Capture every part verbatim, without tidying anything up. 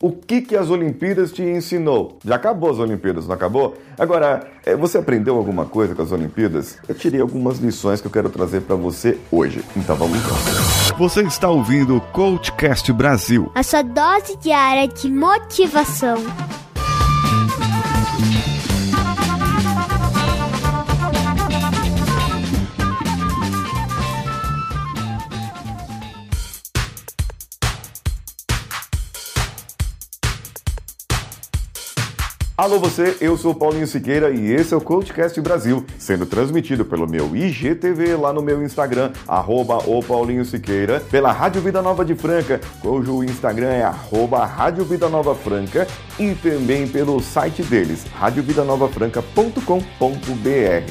O que que as Olimpíadas te ensinou? Já acabou as Olimpíadas, não acabou? Agora, você aprendeu alguma coisa com as Olimpíadas? Eu tirei algumas lições que eu quero trazer para você hoje. Então vamos lá. Você está ouvindo o CoachCast Brasil. A sua dose diária de motivação. Alô você, eu sou o Paulinho Siqueira e esse é o CoachCast Brasil, sendo transmitido pelo meu I G T V lá no meu Instagram, arroba o Paulinho Siqueira, pela Rádio Vida Nova de Franca, cujo Instagram é arroba Rádio Vida Nova Franca, e também pelo site deles, rádio vida nova franca ponto com ponto b r.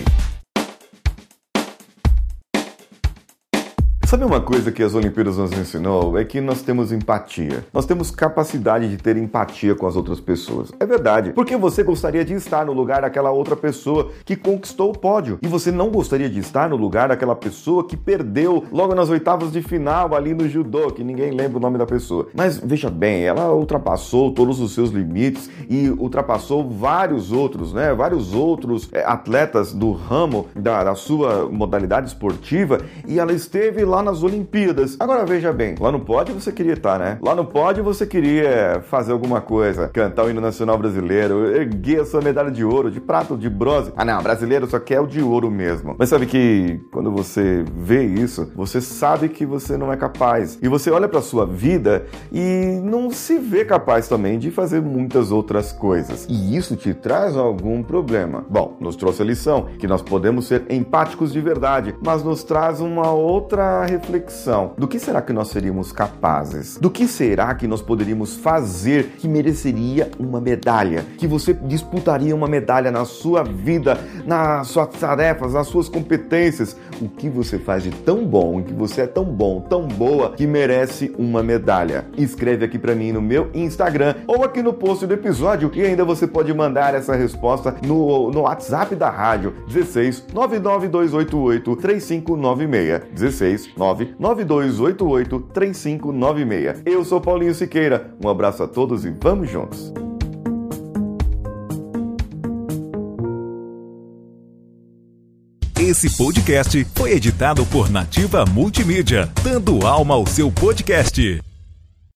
Sabe uma coisa que as Olimpíadas nos ensinou? É que nós temos empatia. Nós temos capacidade de ter empatia com as outras pessoas. É verdade. Porque você gostaria de estar no lugar daquela outra pessoa que conquistou o pódio. E você não gostaria de estar no lugar daquela pessoa que perdeu logo nas oitavas de final ali no judô, que ninguém lembra o nome da pessoa. Mas veja bem, ela ultrapassou todos os seus limites e ultrapassou vários outros, né? Vários outros é, atletas do ramo da, da sua modalidade esportiva, e ela esteve lá nas Olimpíadas. Agora veja bem, lá no pódio você queria estar, né? Lá no pódio você queria fazer alguma coisa, cantar o hino nacional brasileiro, erguer a sua medalha de ouro, de prata ou de bronze. Ah não, brasileiro só quer o de ouro mesmo. Mas sabe que quando você vê isso, você sabe que você não é capaz. E você olha pra sua vida e não se vê capaz também de fazer muitas outras coisas. E isso te traz algum problema. Bom, nos trouxe a lição que nós podemos ser empáticos de verdade, mas nos traz uma outra reflexão. Do que será que nós seríamos capazes? Do que será que nós poderíamos fazer que mereceria uma medalha? Que você disputaria uma medalha na sua vida, nas suas tarefas, nas suas competências? O que você faz de tão bom, em que você é tão bom, tão boa, que merece uma medalha? Escreve aqui pra mim no meu Instagram ou aqui no post do episódio, e ainda você pode mandar essa resposta no, no WhatsApp da rádio, dezesseis nove nove dois oito oito três cinco nove seis, dezesseis nove nove dois oito oito três cinco nove seis. Eu sou Paulinho Siqueira, um abraço a todos e vamos juntos! Esse podcast foi editado por Nativa Multimídia, dando alma ao seu podcast.